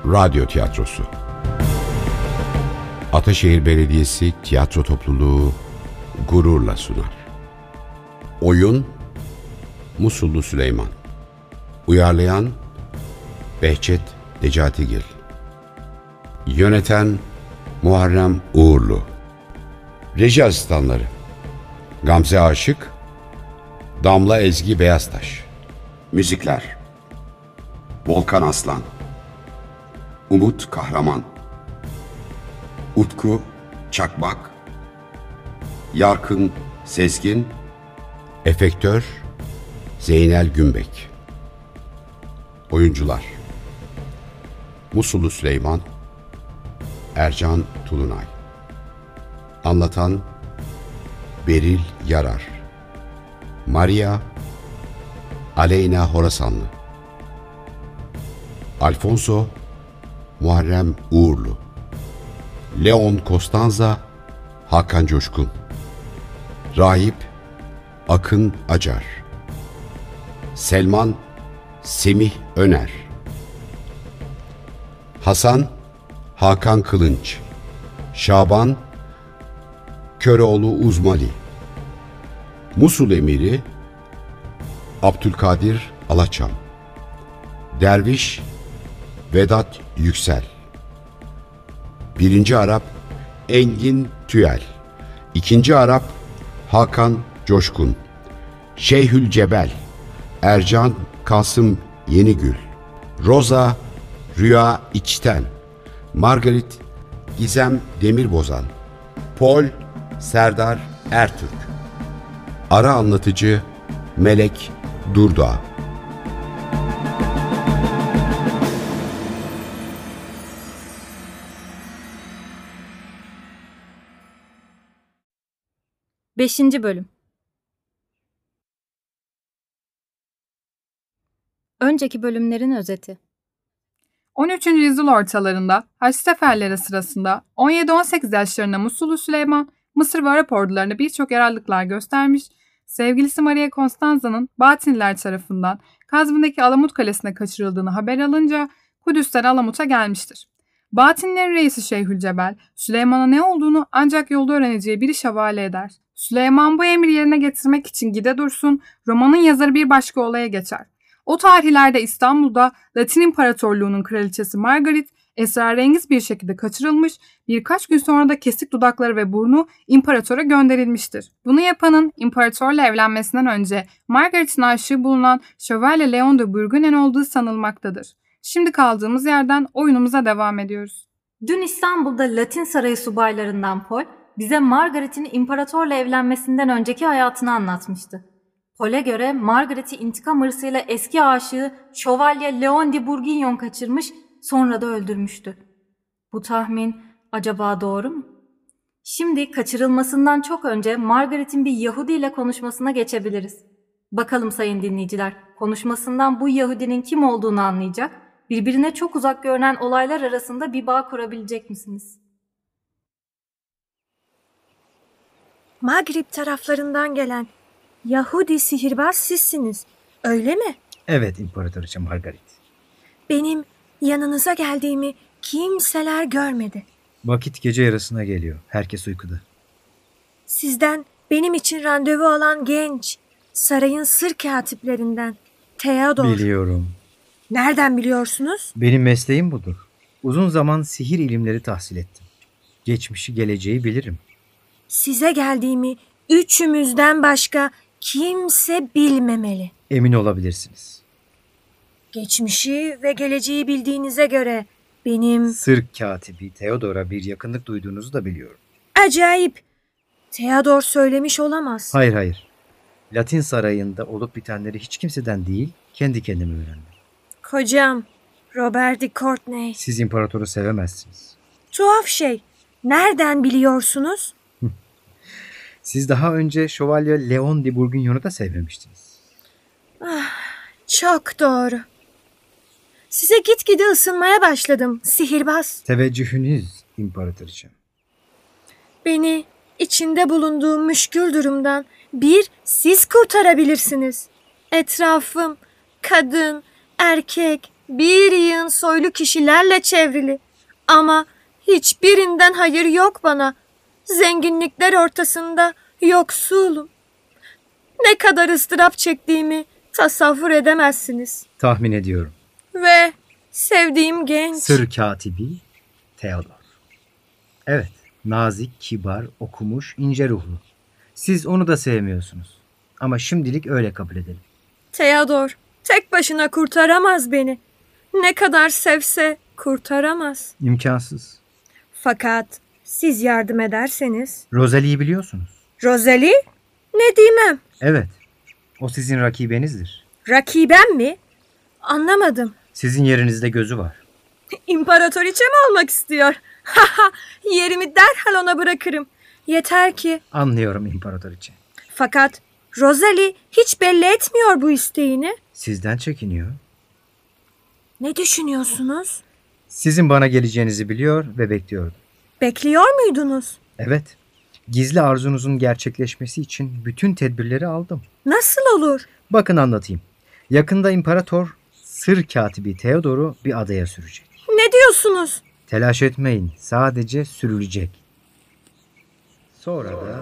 Radyo tiyatrosu. Ataşehir Belediyesi Tiyatro Topluluğu gururla sunar. Oyun Musullu Süleyman. Uyarlayan Behçet Necatigil. Yöneten Muharrem Uğurlu. Reji asistanları Gamze Aşık, Damla Ezgi Beyaztaş. Müzikler Volkan Aslan, Umut Kahraman, Utku Çakmak, Yarkın Sezgin, Efektör Zeynel Gümbek. Oyuncular Musullu Süleyman, Ercan Tulunay. Anlatan Beril Yarar. Maria Aleyna Horasanlı. Alfonso Muharrem Uğurlu. Leon Costanza Hakan Coşkun. Rahip Akın Acar. Selman Semih Öner. Hasan Hakan Kılınç. Şaban Köroğlu Uzmali. Musul Emiri Abdülkadir Alaçam. Derviş Vedat Yüksel. Birinci Arap Engin Tüyel. İkinci Arap Hakan Coşkun. Şeyhülcebel Ercan Kasım Yenigül. Roza Rüya İçten. Margaret Gizem Demirbozan. Pol Serdar Ertürk. Ara anlatıcı Melek Durdağ. Beşinci Bölüm. Önceki bölümlerin özeti. 13. yüzyıl ortalarında Haç seferleri sırasında 17-18 yaşlarında Musullu Süleyman, Mısır ve Arap ordularına birçok yararlıklar göstermiş, sevgilisi Maria Constanza'nın Batiniler tarafından Kazvin'deki Alamut Kalesi'ne kaçırıldığını haber alınca Kudüs'ten Alamut'a gelmiştir. Batinilerin reisi Şeyhülcebel, Süleyman'a ne olduğunu ancak yolda öğreneceği bir iş havale eder. Süleyman bu emri yerine getirmek için gide dursun, romanın yazarı bir başka olaya geçer. O tarihlerde İstanbul'da Latin İmparatorluğu'nun kraliçesi Margaret esrarengiz bir şekilde kaçırılmış, birkaç gün sonra da kesik dudakları ve burnu imparatora gönderilmiştir. Bunu yapanın imparatorla evlenmesinden önce Margaret'in aşığı bulunan Şövalye Leon de Bourguignon olduğu sanılmaktadır. Şimdi kaldığımız yerden oyunumuza devam ediyoruz. Dün İstanbul'da Latin Sarayı subaylarından Paul bize Margaret'in imparatorla evlenmesinden önceki hayatını anlatmıştı. Paul'e göre Margaret'i intikam hırsıyla eski aşığı Şövalye Leon de Bourguignon kaçırmış, sonra da öldürmüştü. Bu tahmin acaba doğru mu? Şimdi kaçırılmasından çok önce Margaret'in bir Yahudi ile konuşmasına geçebiliriz. Bakalım sayın dinleyiciler, konuşmasından bu Yahudinin kim olduğunu anlayacak, birbirine çok uzak görünen olaylar arasında bir bağ kurabilecek misiniz? Mağrip taraflarından gelen Yahudi sihirbaz sizsiniz, öyle mi? Evet İmparatoriçe Margaret. Benim yanınıza geldiğimi kimseler görmedi. Vakit gece yarısına geliyor. Herkes uykuda. Sizden benim için randevu alan genç, sarayın sır katiplerinden Theodor. Biliyorum. Nereden biliyorsunuz? Benim mesleğim budur. Uzun zaman sihir ilimleri tahsil ettim. Geçmişi geleceği bilirim. Size geldiğimi üçümüzden başka kimse bilmemeli. Emin olabilirsiniz. Geçmişi ve geleceği bildiğinize göre benim... Sır katibi Theodor'a bir yakınlık duyduğunuzu da biliyorum. Acayip. Theodor söylemiş olamaz. Hayır. Latin sarayında olup bitenleri hiç kimseden değil, kendi kendime öğrendim. Kocam, Robert de Courtenay. Siz imparatoru sevemezsiniz. Tuhaf şey. Nereden biliyorsunuz? Siz daha önce Şövalye Leon de Bourguignon'u da sevmemiştiniz. Çok doğru. Size gitgide ısınmaya başladım, sihirbaz. Teveccühünüz imparatoriçem. Beni içinde bulunduğum müşkül durumdan bir siz kurtarabilirsiniz. Etrafım kadın, erkek, Bir yığın soylu kişilerle çevrili. Ama hiçbirinden hayır yok bana. Zenginlikler ortasında yoksulum. Ne kadar ıstırap çektiğimi tasavvur edemezsiniz. Tahmin ediyorum. Ve sevdiğim genç. Sır katibi Theodor. Evet, nazik, kibar, okumuş, ince ruhlu. Siz onu da sevmiyorsunuz. Ama şimdilik öyle kabul edelim. Theodor tek başına kurtaramaz beni. Ne kadar sevse kurtaramaz. İmkansız. Fakat siz yardım ederseniz. Rosalie'yi biliyorsunuz. Rosalie? Ne diyemem. Evet, o sizin rakibenizdir. Rakibem mi? Anlamadım. Sizin yerinizde gözü var. İmparatoriçe mi olmak istiyor? Haha, yerimi derhal ona bırakırım. Yeter ki. Anlıyorum imparatoriçe. Fakat Rosalie hiç belli etmiyor bu isteğini. Sizden çekiniyor. Ne düşünüyorsunuz? Sizin bana geleceğinizi biliyor ve bekliyordu. Bekliyor muydunuz? Evet, gizli arzunuzun gerçekleşmesi için bütün tedbirleri aldım. Nasıl olur? Bakın anlatayım. Yakında imparator sır katibi Theodor'u bir adaya sürecek. Ne diyorsunuz? Telaş etmeyin, sadece sürülecek. Sonra da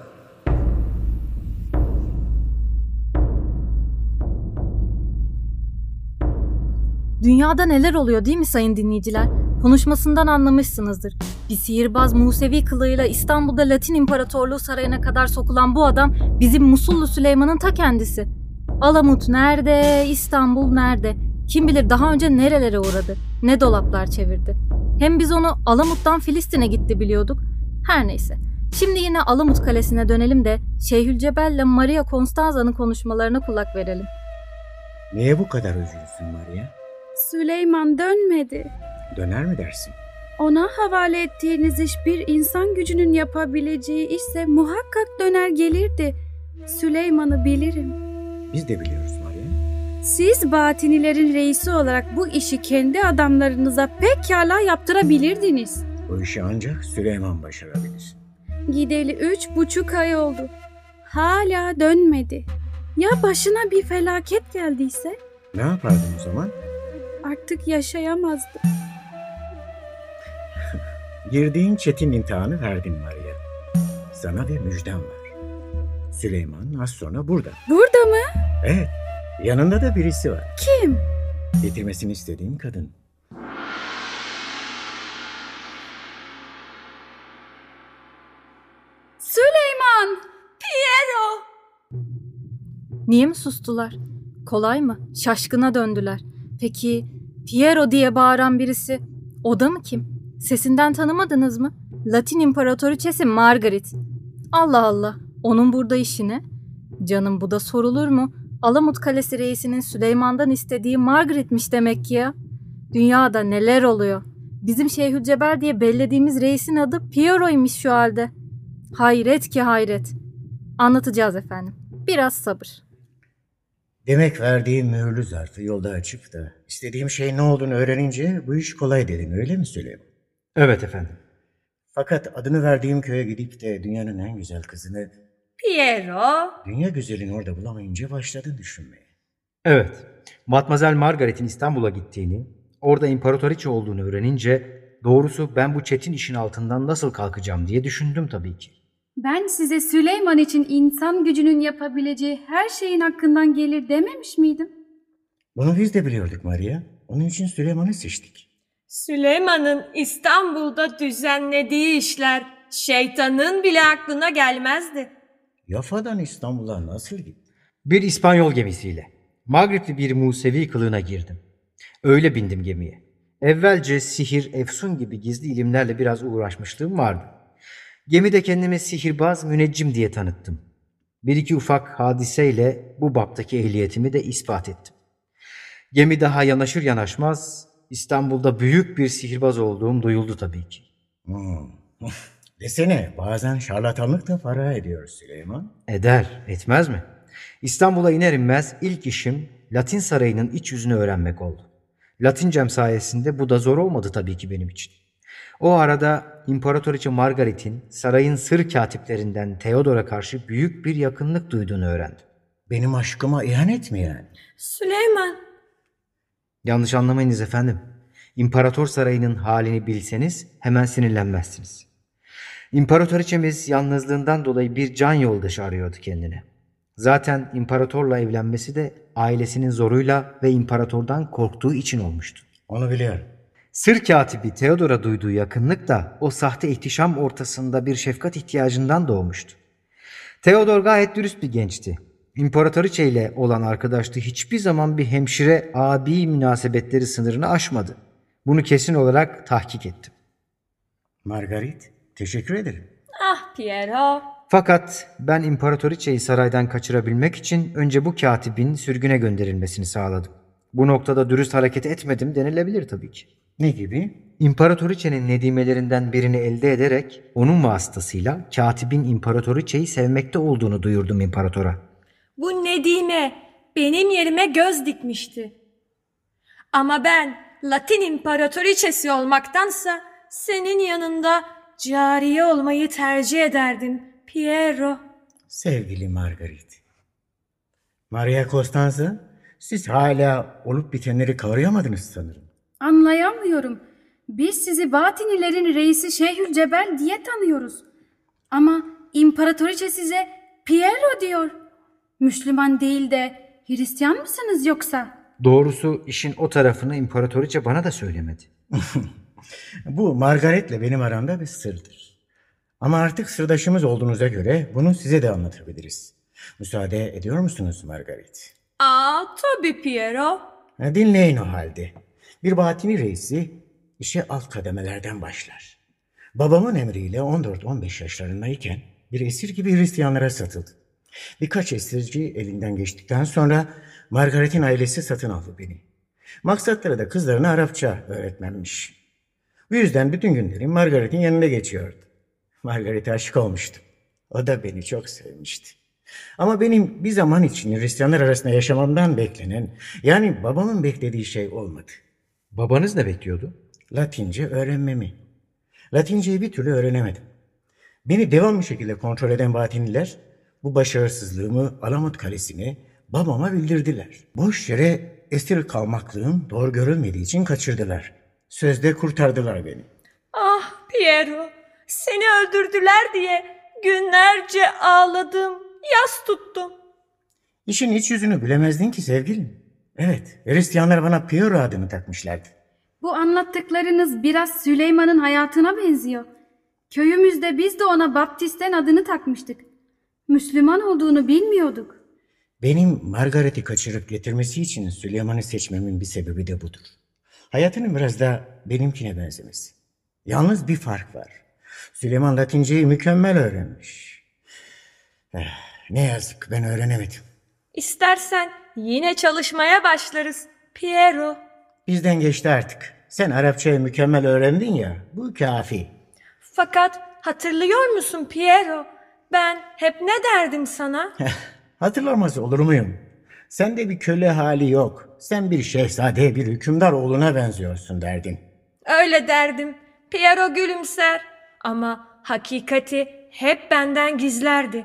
Dünyada neler oluyor değil mi sayın dinleyiciler? Konuşmasından anlamışsınızdır. Bir sihirbaz Musevi kılığıyla İstanbul'da Latin İmparatorluğu sarayına kadar sokulan bu adam bizim Musullu Süleyman'ın ta kendisi. Alamut nerede, İstanbul nerede? Kim bilir daha önce nerelere uğradı, ne dolaplar çevirdi. Hem biz onu Alamut'tan Filistin'e gitti biliyorduk. Her neyse. Şimdi yine Alamut Kalesi'ne dönelim de Şeyhülcebel ile Maria Constanza'nın konuşmalarına kulak verelim. Neye bu kadar üzülsün Maria? Süleyman dönmedi. Döner mi dersin? Ona havale ettiğiniz iş bir insan gücünün yapabileceği işse muhakkak döner gelirdi. Süleyman'ı bilirim. Biz de biliyoruz Maria. Siz batinilerin reisi olarak bu işi kendi adamlarınıza pekala yaptırabilirdiniz. Bu işi ancak Süleyman başarabilir. Gideli 3,5 ay oldu. Hala dönmedi. Ya başına bir felaket geldiyse? Ne yapardın o zaman? Artık yaşayamazdı. Girdiğin çetin imtihanı verdin Maria. Sana bir müjdem var. Süleyman az sonra burada. Burada mı? Evet, yanında da birisi var. Kim? Getirmesini istediğim kadın. Süleyman! Piero! Niye mi sustular? Kolay mı? Şaşkına döndüler. Peki Piero diye bağıran birisi o da mı kim? Sesinden tanımadınız mı? Latin İmparatoriçesi Margaret. Allah Allah, onun burada işi ne? Canım bu da sorulur mu? Alamut Kalesi reisinin Süleyman'dan istediği Margaret'miş demek ki ya. Dünyada neler oluyor? Bizim Şeyhülcebel diye bellediğimiz reisin adı Piero'ymuş şu halde. Hayret ki hayret. Anlatacağız efendim. Biraz sabır. Demek verdiğim mühürlü zarfı yolda açıp da istediğim şeyin ne olduğunu öğrenince bu iş kolay dedin, öyle mi Süleyman? evet efendim. Fakat adını verdiğim köye gidip de dünyanın en güzel kızını Piero. dünya güzelini orada bulamayınca başladın düşünmeye. Evet, Matmazel Margaret'in İstanbul'a gittiğini, orada imparatoriçe olduğunu öğrenince doğrusu ben bu çetin işin altından nasıl kalkacağım diye düşündüm tabii ki. Ben size Süleyman için insan gücünün yapabileceği her şeyin hakkından gelir dememiş miydim? Bunu biz de biliyorduk Maria. Onun için Süleyman'ı seçtik. Süleyman'ın İstanbul'da düzenlediği işler şeytanın bile aklına gelmezdi. Yafa'dan İstanbul'a nasıl gitti? Bir İspanyol gemisiyle, Magreb'li bir Musevi kılığına girdim. Öyle bindim gemiye. Evvelce sihir, efsun gibi gizli ilimlerle biraz uğraşmışlığım vardı. Gemide kendimi sihirbaz, müneccim diye tanıttım. Bir iki ufak hadiseyle bu baptaki ehliyetimi de ispat ettim. Gemi daha yanaşır yanaşmaz İstanbul'da büyük bir sihirbaz olduğum duyuldu tabii ki. Desene, bazen şarlatanlık da para ediyor Süleyman. Eder, etmez mi? İstanbul'a iner inmez ilk işim Latin Sarayı'nın iç yüzünü öğrenmek oldu. Latincem sayesinde bu da zor olmadı tabii ki benim için. O arada İmparatoriçe Margaret'in sarayın sır katiplerinden Theodor'a karşı büyük bir yakınlık duyduğunu öğrendim. Benim aşkıma ihanet mi yani? Süleyman. Yanlış anlamayınız efendim. İmparator sarayının halini bilseniz hemen sinirlenmezsiniz. İmparatoriçemiz yalnızlığından dolayı bir can yoldaşı arıyordu kendine. Zaten imparatorla evlenmesi de ailesinin zoruyla ve imparatordan korktuğu için olmuştu. Onu biliyorum. Sır katibi Theodor'a duyduğu yakınlık da o sahte ihtişam ortasında bir şefkat ihtiyacından doğmuştu. Theodor gayet dürüst bir gençti. İmparatoriçe ile olan arkadaşlığı hiçbir zaman bir hemşire abi münasebetleri sınırını aşmadı. Bunu kesin olarak tahkik ettim. Margarit, teşekkür ederim. Ah Piero. Fakat ben imparatoriçeyi saraydan kaçırabilmek için önce bu katibin sürgüne gönderilmesini sağladım. Bu noktada dürüst hareket etmedim denilebilir tabii ki. Ne gibi? İmparatoriçenin nedimelerinden birini elde ederek onun vasıtasıyla katibin imparatoriçeyi sevmekte olduğunu duyurdum imparatora. Bu Nedime benim yerime göz dikmişti. Ama ben Latin imparatoriçesi olmaktansa senin yanında cariye olmayı tercih ederdim Piero. Sevgili Margarit. Maria Costanza, siz hala olup bitenleri kavrayamadınız sanırım. Anlayamıyorum. Biz sizi Batinilerin reisi Şeyhülcebel diye tanıyoruz. Ama imparatoriçe size Piero diyor. Müslüman değil de Hristiyan mısınız yoksa? Doğrusu işin o tarafını imparatoriçe bana da söylemedi. Bu Margaret'le benim aramda bir sırdır. Ama artık sırdaşımız olduğunuza göre bunu size de anlatabiliriz. Müsaade ediyor musunuz Margaret? Tabii Piero. Dinleyin o halde. Bir Batini reisi işe alt kademelerden başlar. Babamın emriyle 14-15 yaşlarındayken bir esir gibi Hristiyanlara satıldı. Birkaç esirci elinden geçtikten sonra Margaret'in ailesi satın aldı beni. Maksatları da kızlarına Arapça öğretmenmiş. Bu yüzden bütün günlerim Margaret'in yanında geçiyordu. Margaret'e aşık olmuştum. O da beni çok sevmişti. Ama benim bir zaman için Hristiyanlar arasında yaşamamdan beklenen, yani babamın beklediği şey olmadı. Babanız ne bekliyordu? Latince öğrenmemi. Latinceyi bir türlü öğrenemedim. Beni devamlı şekilde kontrol eden Batiniler bu başarısızlığımı Alamut Kalesi'ne babama bildirdiler. Boş yere esir kalmaklığım doğru görülmediği için kaçırdılar. Sözde kurtardılar beni. Ah Piero, seni öldürdüler diye günlerce ağladım, yas tuttum. İşin iç yüzünü bilemezdin ki sevgilim. Evet, Hristiyanlar bana Piero adını takmışlardı. Bu anlattıklarınız biraz Süleyman'ın hayatına benziyor. Köyümüzde biz de ona Baptisten adını takmıştık. Müslüman olduğunu bilmiyorduk. Benim Margaret'i kaçırıp getirmesi için Süleyman'ı seçmemin bir sebebi de budur. Hayatının biraz da benimkine benzemesi. Yalnız bir fark var. Süleyman Latinceyi mükemmel öğrenmiş. Ne yazık ben öğrenemedim. İstersen yine çalışmaya başlarız Piero. Bizden geçti artık. Sen Arapçayı mükemmel öğrendin ya, bu kafi. Fakat hatırlıyor musun Piero? Ben hep ne derdim sana? Hatırlamaz olur muyum? Sende bir köle hali yok. Sen bir şehzade, bir hükümdar oğluna benziyorsun derdin. Öyle derdim. Piero gülümser. Ama hakikati hep benden gizlerdi.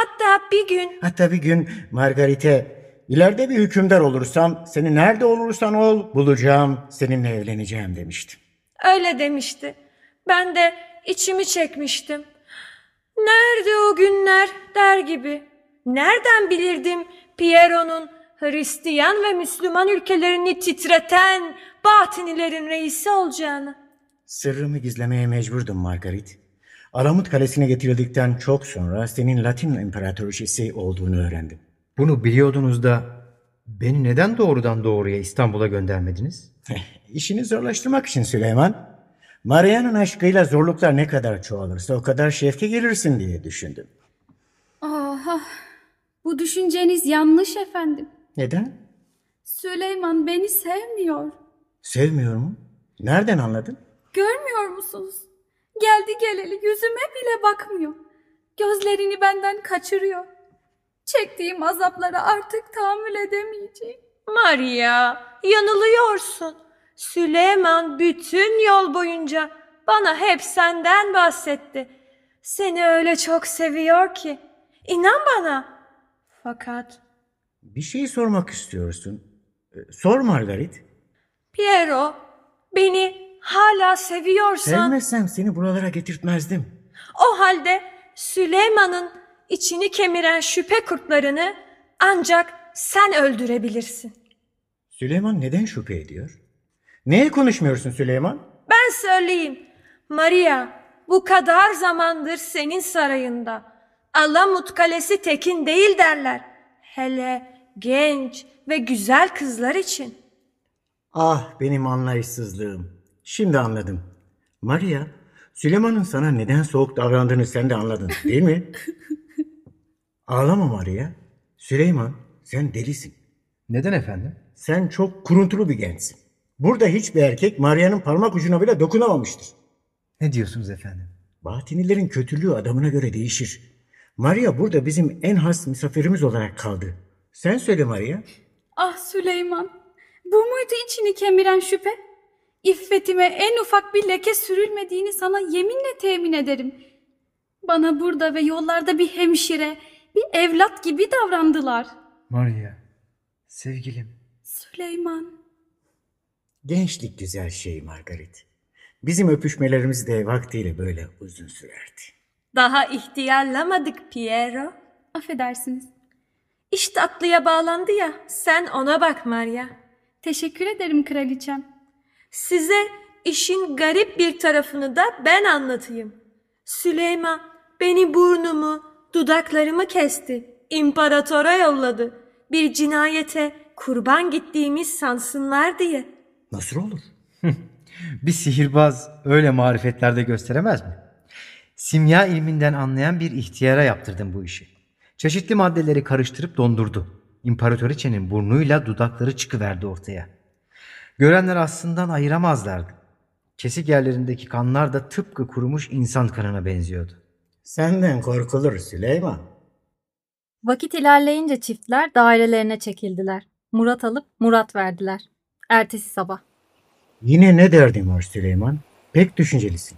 Hatta bir gün Margarite, ileride bir hükümdar olursam seni nerede olursan ol bulacağım, seninle evleneceğim demişti. Öyle demişti. Ben de içimi çekmiştim. Nerede o günler der gibi. Nereden bilirdim Piero'nun Hristiyan ve Müslüman ülkelerini titreten Batinilerin reisi olacağını. Sırrımı gizlemeye mecburdum Margarit. Alamut Kalesi'ne getirildikten çok sonra senin Latin imparatoriçesi olduğunu öğrendim. Bunu biliyordunuz da beni neden doğrudan doğruya İstanbul'a göndermediniz? İşini zorlaştırmak için Süleyman. Maria'nın aşkıyla zorluklar ne kadar çoğalırsa o kadar şefke gelirsin diye düşündüm. Aha, bu düşünceniz yanlış efendim. Neden? Süleyman beni sevmiyor. Sevmiyor mu? Nereden anladın? Görmüyor musunuz? Geldi geleli yüzüme bile bakmıyor. Gözlerini benden kaçırıyor. Çektiğim azaplara artık tahammül edemeyeceğim. Maria, yanılıyorsun. Süleyman bütün yol boyunca bana hep senden bahsetti. Seni öyle çok seviyor ki. İnan bana. Fakat Bir şey sormak istiyorsun. Sor Margarit. Piero, beni hala seviyorsan... Sevmezsem seni buralara getirtmezdim. O halde Süleyman'ın içini kemiren şüphe kurtlarını ancak sen öldürebilirsin. Süleyman neden şüphe ediyor? Neye konuşmuyorsun Süleyman? Ben söyleyeyim. Maria bu kadar zamandır senin sarayında. Alamut Kalesi tekin değil derler. Hele genç ve güzel kızlar için. Ah benim anlayışsızlığım. Şimdi anladım. Maria, Süleyman'ın sana neden soğuk davrandığını sen de anladın değil mi? Ağlama Maria. Süleyman, sen delisin. Neden efendim? Sen çok kuruntulu bir gençsin. Burada hiçbir erkek Maria'nın parmak ucuna bile dokunamamıştır. Ne diyorsunuz efendim? Batinilerin kötülüğü adamına göre değişir. Maria burada bizim en has misafirimiz olarak kaldı. Sen söyle Maria. Ah Süleyman, bu muydu içini kemiren şüphe? İffetime en ufak bir leke sürülmediğini sana yeminle temin ederim. Bana burada ve yollarda bir hemşire, bir evlat gibi davrandılar. Maria, sevgilim. Süleyman. Gençlik güzel şey Margaret. Bizim öpüşmelerimiz de vaktiyle böyle uzun sürerdi. Daha ihtiyarlamadık Piero. Affedersiniz. İş tatlıya bağlandı ya, sen ona bak Maria. Teşekkür ederim kraliçem. Size işin garip bir tarafını da ben anlatayım. Süleyman beni burnumu, dudaklarımı kesti. İmparatora yolladı. Bir cinayete kurban gittiğimiz sansınlar diye. Nasıl olur? Bir sihirbaz öyle marifetlerde gösteremez mi? Simya ilminden anlayan bir ihtiyara yaptırdım bu işi. Çeşitli maddeleri karıştırıp dondurdu. İmparatoriçenin burnuyla dudakları çıkıverdi ortaya. Görenler aslından ayıramazlardı. Kesik yerlerindeki kanlar da tıpkı kurumuş insan kanına benziyordu. Senden korkulur Süleyman. Vakit ilerleyince çiftler dairelerine çekildiler. Murat alıp Murat verdiler. Ertesi sabah. Yine ne derdin var Süleyman? Pek düşüncelisin.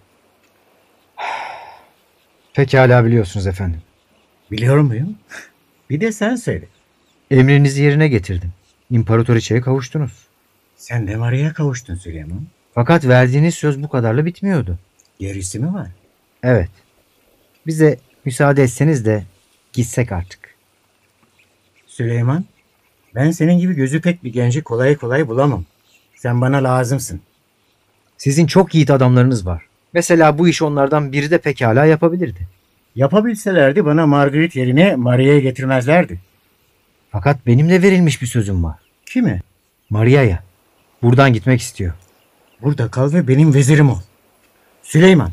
Pekala biliyorsunuz efendim. Biliyor muyum? Bir de sen söyle. Emrinizi yerine getirdim. İmparatoriçeye kavuştunuz. Sen de Maria'ya kavuştun Süleyman. Fakat verdiğiniz söz bu kadarla bitmiyordu. Gerisi mi var? Evet. Bize müsaade etseniz de gitsek artık. Süleyman, ben senin gibi gözü pek bir genci kolay kolay bulamam. Sen bana lazımsın. Sizin çok yiğit adamlarınız var. Mesela bu iş onlardan biri de pekala yapabilirdi. Yapabilselerdi bana Margaret yerine Maria'ya getirmezlerdi. Fakat benimle verilmiş bir sözüm var. Kime? Maria'ya. Buradan gitmek istiyor. Burada kal ve benim vezirim ol. Süleyman.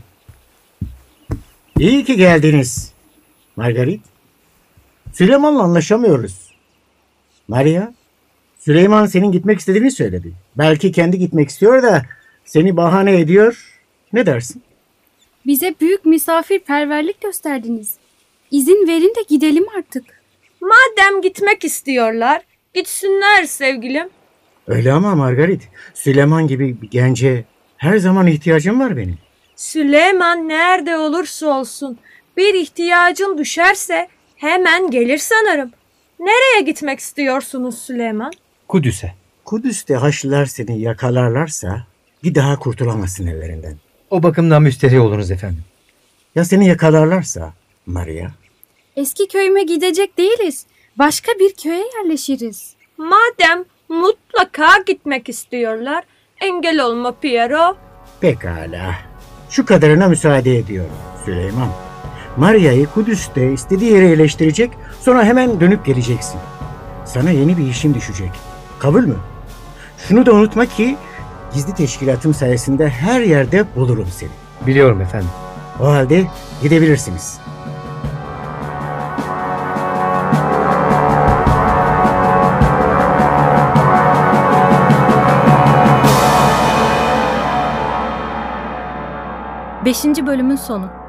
İyi ki geldiniz. Margaret. Süleyman'la anlaşamıyoruz. Maria. Süleyman senin gitmek istediğini söyledi. Belki kendi gitmek istiyor da seni bahane ediyor. Ne dersin? Bize büyük misafirperverlik gösterdiniz. İzin verin de gidelim artık. Madem gitmek istiyorlar, gitsinler sevgilim. Öyle ama Margaret, Süleyman gibi bir gence her zaman ihtiyacım var benim. Süleyman nerede olursa olsun bir ihtiyacın düşerse hemen gelir sanırım. Nereye gitmek istiyorsunuz Süleyman? Kudüs'e. Kudüs'te Haçlılar seni yakalarlarsa bir daha kurtulamazsın ellerinden. O bakımdan müsterih olunuz efendim. Ya seni yakalarlarsa Maria? Eski köyüme gidecek değiliz. Başka bir köye yerleşiriz. Madem mutlaka gitmek istiyorlar, engel olma Piero. Pekala. Şu kadarına müsaade ediyorum Süleyman. Maria'yı Kudüs'te istediği yere yerleştirecek, sonra hemen dönüp geleceksin. Sana yeni bir işim düşecek. Kabul mü? Şunu da unutma ki gizli teşkilatım sayesinde her yerde bulurum seni. Biliyorum efendim. O halde gidebilirsiniz. Beşinci bölümün sonu.